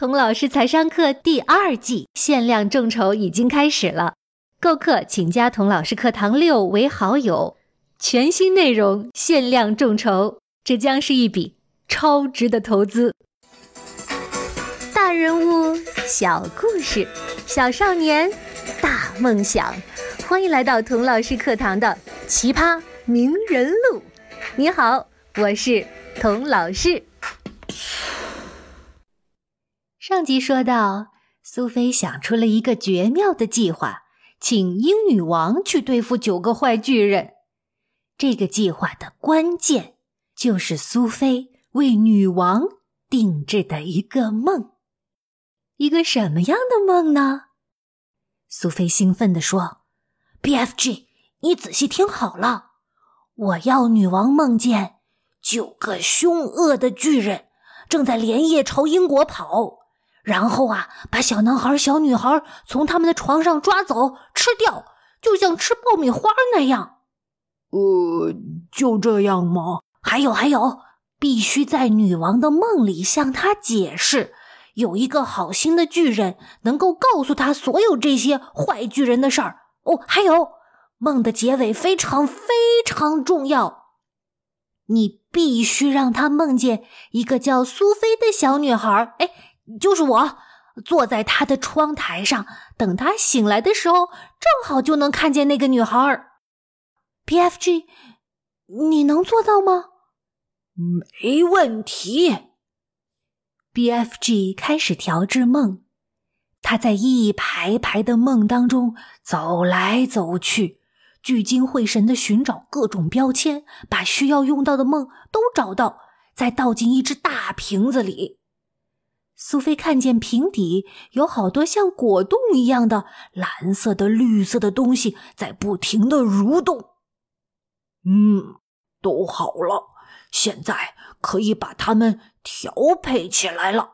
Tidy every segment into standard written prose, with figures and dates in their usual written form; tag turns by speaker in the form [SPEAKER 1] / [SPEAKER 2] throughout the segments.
[SPEAKER 1] 童老师财商课第2季限量众筹已经开始了，购课请加童老师课堂6为好友，全新内容限量众筹，这将是一笔超值的投资。大人物，小故事，小少年，大梦想，欢迎来到童老师课堂的奇葩名人录。你好，我是童老师。上集说到，苏菲想出了一个绝妙的计划，请鹰女王去对付9个坏巨人。这个计划的关键就是苏菲为女王定制的一个梦。一个什么样的梦呢？苏菲兴奋地说， BFG， 你仔细听好了，我要女王梦见9个凶恶的巨人正在连夜朝英国跑，然后把小男孩小女孩从他们的床上抓走吃掉，就像吃爆米花那样。
[SPEAKER 2] 就这样吗？
[SPEAKER 1] 还有，必须在女王的梦里向她解释，有一个好心的巨人能够告诉她所有这些坏巨人的事儿。还有，梦的结尾非常非常重要，你必须让她梦见一个叫苏菲的小女孩，就是我，坐在她的窗台上，等她醒来的时候，正好就能看见那个女孩。BFG， 你能做到吗？
[SPEAKER 2] 没问题。
[SPEAKER 1] BFG 开始调制梦，他在一排排的梦当中走来走去，聚精会神地寻找各种标签，把需要用到的梦都找到，再倒进一只大瓶子里。苏菲看见瓶底有好多像果冻一样的蓝色的绿色的东西在不停地蠕动。
[SPEAKER 2] 都好了，现在可以把它们调配起来了。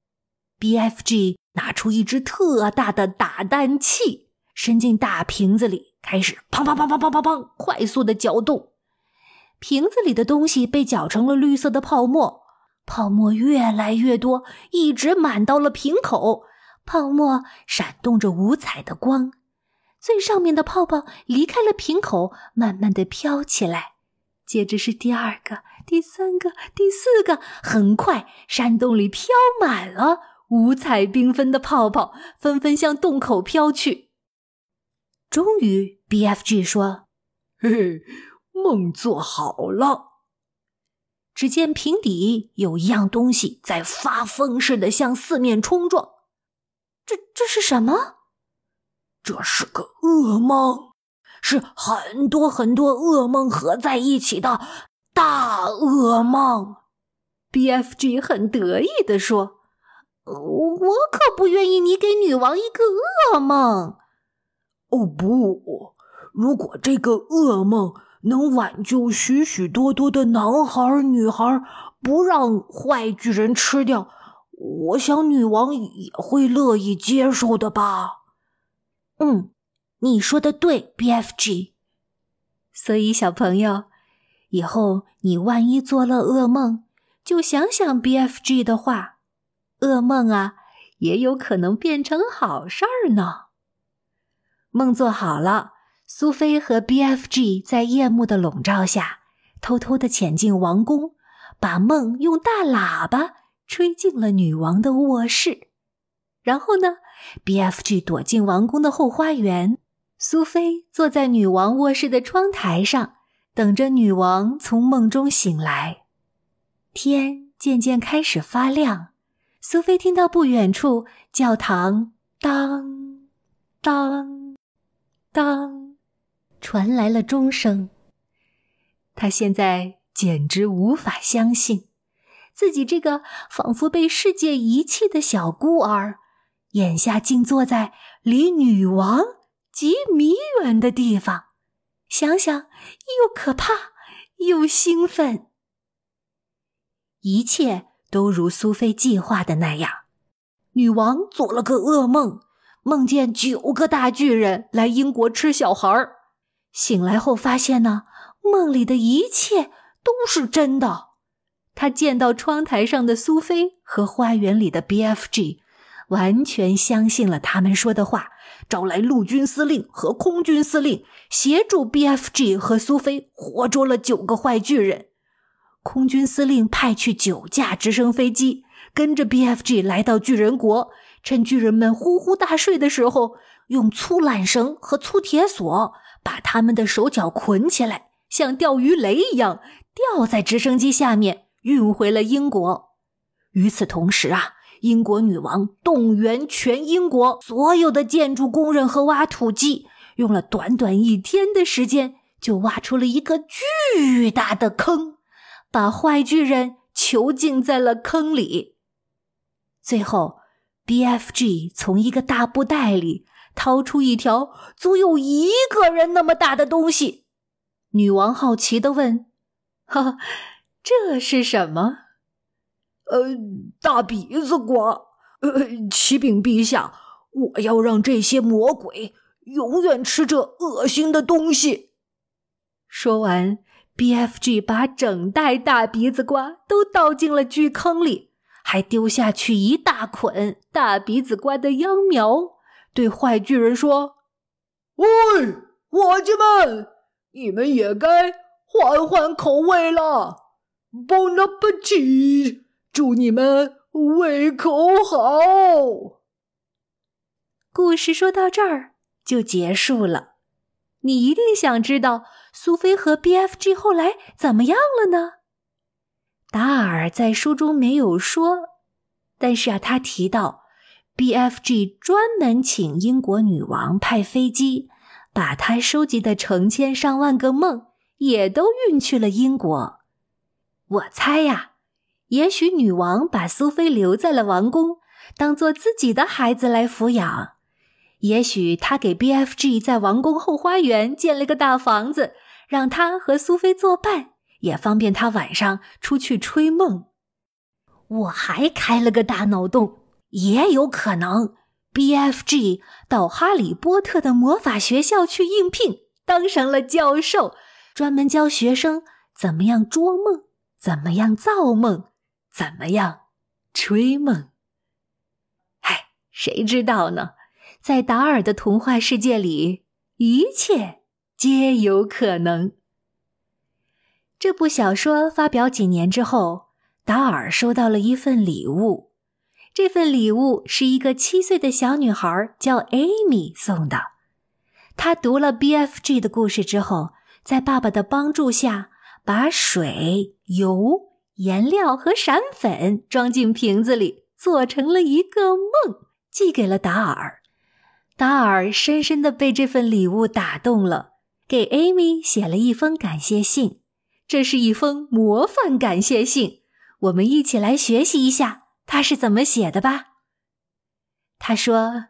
[SPEAKER 1] BFG 拿出一只特大的打蛋器，伸进大瓶子里，开始砰砰砰砰砰砰砰快速地搅动。瓶子里的东西被搅成了绿色的泡沫，泡沫越来越多，一直满到了瓶口，泡沫闪动着五彩的光，最上面的泡泡离开了瓶口，慢慢地飘起来，接着是第2个、第3个、第4个，很快山洞里飘满了五彩缤纷的泡泡，纷纷向洞口飘去。终于 BFG 说，
[SPEAKER 2] 梦做好了。
[SPEAKER 1] 只见瓶底有一样东西在发疯似的向四面冲撞。这是什么？
[SPEAKER 2] 这是个噩梦，是很多很多噩梦合在一起的大噩梦。
[SPEAKER 1] BFG 很得意地说，我可不愿意你给女王一个噩梦。
[SPEAKER 2] 不，如果这个噩梦能挽救许许多多的男孩女孩，不让坏巨人吃掉，我想女王也会乐意接受的吧。
[SPEAKER 1] 你说的对 BFG。 所以小朋友，以后你万一做了噩梦，就想想 BFG 的话，噩梦也有可能变成好事儿呢。梦做好了，苏菲和 BFG 在夜幕的笼罩下偷偷地潜进王宫，把梦用大喇叭吹进了女王的卧室。然后呢， BFG 躲进王宫的后花园，苏菲坐在女王卧室的窗台上，等着女王从梦中醒来。天渐渐开始发亮，苏菲听到不远处教堂当当当传来了钟声。她现在简直无法相信，自己这个仿佛被世界遗弃的小孤儿，眼下竟坐在离女王几米远的地方，想想又可怕又兴奋。一切都如苏菲计划的那样，女王做了个噩梦，梦见9个大巨人来英国吃小孩，醒来后发现梦里的一切都是真的。她见到窗台上的苏菲和花园里的 BFG 完全相信了他们说的话，招来陆军司令和空军司令，协助 BFG 和苏菲活捉了9个坏巨人。空军司令派去9架直升飞机，跟着 BFG 来到巨人国，趁巨人们呼呼大睡的时候，用粗缆绳和粗铁索把他们的手脚捆起来，像钓鱼雷一样吊在直升机下面，运回了英国。与此同时啊，英国女王动员全英国所有的建筑工人和挖土机，用了短短1天的时间，就挖出了一个巨大的坑，把坏巨人囚禁在了坑里。最后 BFG 从一个大布袋里掏出一条足有1个人那么大的东西。女王好奇地问：哈，这是什么？
[SPEAKER 2] 大鼻子瓜。启禀陛下，我要让这些魔鬼永远吃这恶心的东西。
[SPEAKER 1] 说完， BFG 把整袋大鼻子瓜都倒进了巨坑里，还丢下去一大捆大鼻子瓜的秧苗，对坏巨人说：
[SPEAKER 2] 喂，伙计们，你们也该换换口味了。Bon appetit， 祝你们胃口好。
[SPEAKER 1] 故事说到这儿就结束了。你一定想知道苏菲和 BFG 后来怎么样了呢？达尔在书中没有说，但是他提到 BFG 专门请英国女王派飞机，把他收集的成千上万个梦也都运去了英国。我猜呀，也许女王把苏菲留在了王宫，当做自己的孩子来抚养。也许她给 BFG 在王宫后花园建了个大房子，让他和苏菲作伴，也方便他晚上出去吹梦。我还开了个大脑洞，也有可能 BFG 到哈利波特的魔法学校去应聘，当上了教授，专门教学生怎么样捉梦，怎么样造梦，怎么样吹梦。唉，谁知道呢？在达尔的童话世界里，一切皆有可能。这部小说发表几年之后，达尔收到了一份礼物。这份礼物是一个7岁的小女孩叫 Amy 送的。她读了 BFG 的故事之后，在爸爸的帮助下，把水、油、颜料和闪粉装进瓶子里，做成了一个梦，寄给了达尔。达尔深深地被这份礼物打动了，给 Amy 写了一封感谢信。这是一封模范感谢信，我们一起来学习一下他是怎么写的吧。他说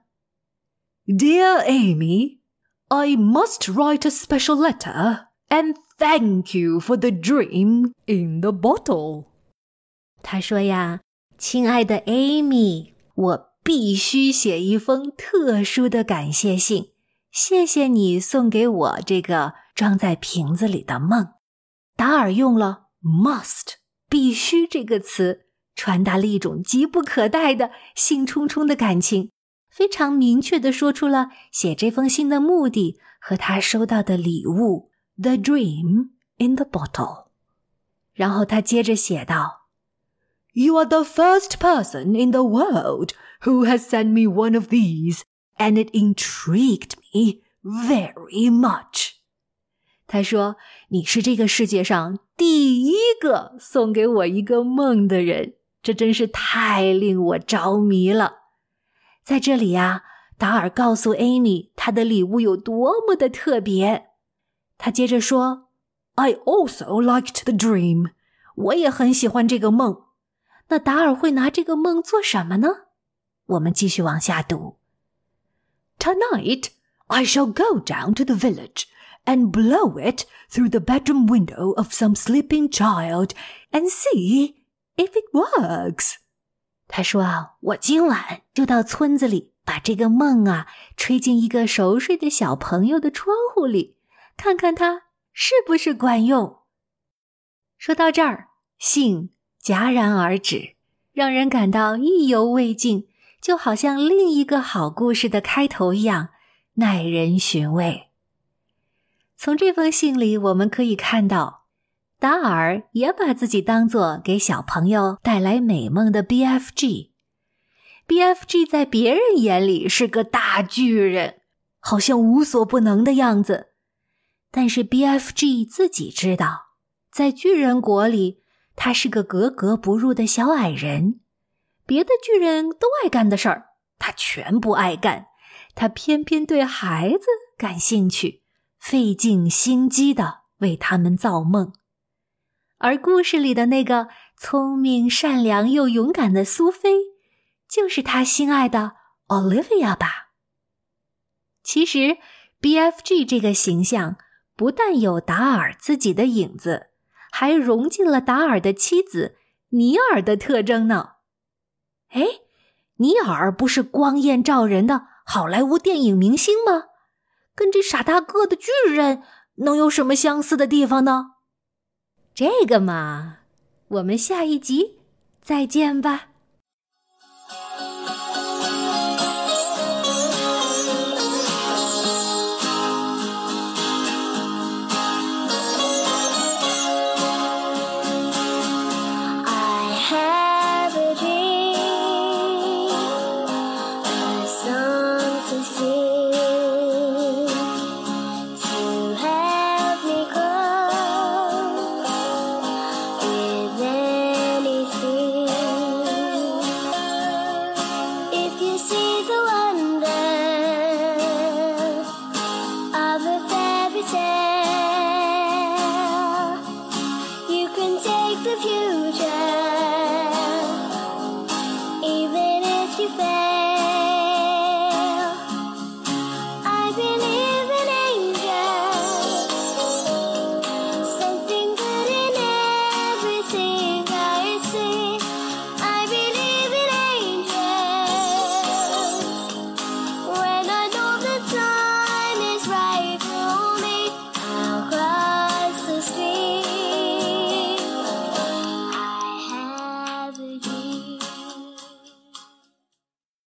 [SPEAKER 1] Dear Amy, I must write a special letter and thank you for the dream in the bottle. 他说呀，亲爱的 Amy， 我必须写一封特殊的感谢信，谢谢你送给我这个装在瓶子里的梦。达尔用了 must 必须这个词，传达了一种急不可待的兴冲冲的感情，非常明确地说出了写这封信的目的和他收到的礼物 The dream in the bottle。 然后他接着写道， You are the first person in the world who has sent me one of these, and it intrigued me very much. 他说，你是这个世界上第一个送给我一个梦的人，这真是太令我着迷了。在这里啊，达尔告诉 Amy 他的礼物有多么的特别。他接着说， I also liked the dream. 我也很喜欢这个梦。那达尔会拿这个梦做什么呢？我们继续往下读。 Tonight, I shall go down to the village and blow it through the bedroom window of some sleeping child and see if it works. 他说啊，我今晚就到村子里，把这个梦啊吹进一个熟睡的小朋友的窗户里，看看它是不是管用。说到这儿，信戛然而止。 让人感到意犹未尽，就好像另一个好故事的开头一样，耐人寻味。从这封信里我们可以看到，达尔也把自己当作给小朋友带来美梦的 BFG。BFG 在别人眼里是个大巨人，好像无所不能的样子。但是 BFG 自己知道，在巨人国里，他是个格格不入的小矮人。别的巨人都爱干的事儿，他全不爱干。他偏偏对孩子感兴趣，费尽心机地为他们造梦。而故事里的那个聪明、善良又勇敢的苏菲，就是他心爱的 Olivia 吧。其实 BFG 这个形象不但有达尔自己的影子，还融进了达尔的妻子尼尔的特征呢。诶，尼尔不是光艳照人的好莱坞电影明星吗？跟这傻大个的巨人能有什么相似的地方呢？这个嘛，我们下一集再见吧。